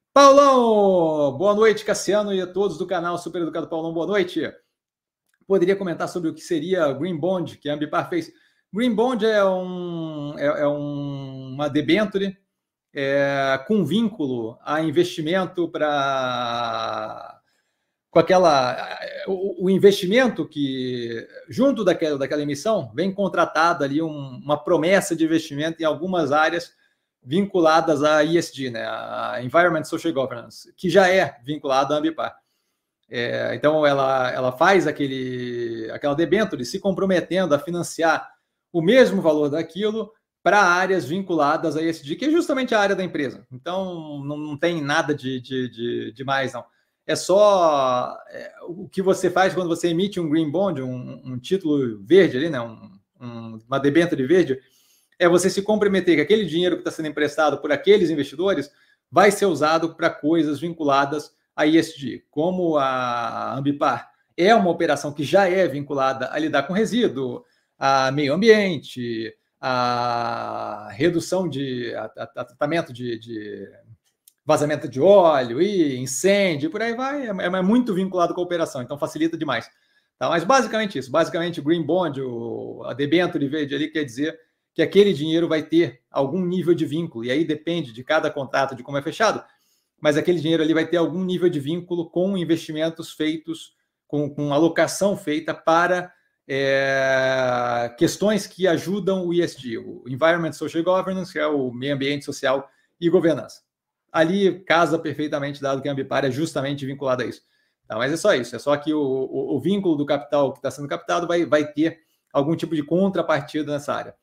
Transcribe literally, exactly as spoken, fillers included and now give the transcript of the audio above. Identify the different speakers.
Speaker 1: Paulão, boa noite, Cassiano e a todos do canal Super Educado Paulão, boa noite. Poderia comentar sobre o que seria Green Bond, que a Ambipar fez. Green Bond é, um, é, é um, uma debênture é, com vínculo a investimento para com aquela o, o, investimento que junto daquela, daquela emissão vem contratada ali um, uma promessa de investimento em algumas áreas vinculadas à E S G, né, a Environment Social Governance, que já é vinculada à Ambipar. É, então ela, ela faz aquele, aquela debênture se comprometendo a financiar o mesmo valor daquilo para áreas vinculadas a E S G, que é justamente a área da empresa. Então não, não tem nada de, de, de, de mais, não. É só é, o que você faz quando você emite um green bond, um, um título verde ali, né, um, um, uma debênture verde, é você se comprometer que aquele dinheiro que está sendo emprestado por aqueles investidores vai ser usado para coisas vinculadas a E S G. Como a Ambipar é uma operação que já é vinculada a lidar com resíduo, a meio ambiente, a redução de a, a, a tratamento de, de vazamento de óleo e incêndio, por aí vai, é, é muito vinculado com a operação, então facilita demais. Tá? Mas basicamente isso, basicamente o Green Bond, o, a debênture verde ali quer dizer que aquele dinheiro vai ter algum nível de vínculo, e aí depende de cada contrato, de como é fechado, mas aquele dinheiro ali vai ter algum nível de vínculo com investimentos feitos, com, com alocação feita para é, questões que ajudam o E S G, o Environment Social Governance, que é o meio ambiente social e governança. Ali casa perfeitamente, dado que a Ambipar é justamente vinculada a isso. Tá, mas é só isso, é só que o, o, o vínculo do capital que está sendo captado vai, vai ter algum tipo de contrapartida nessa área.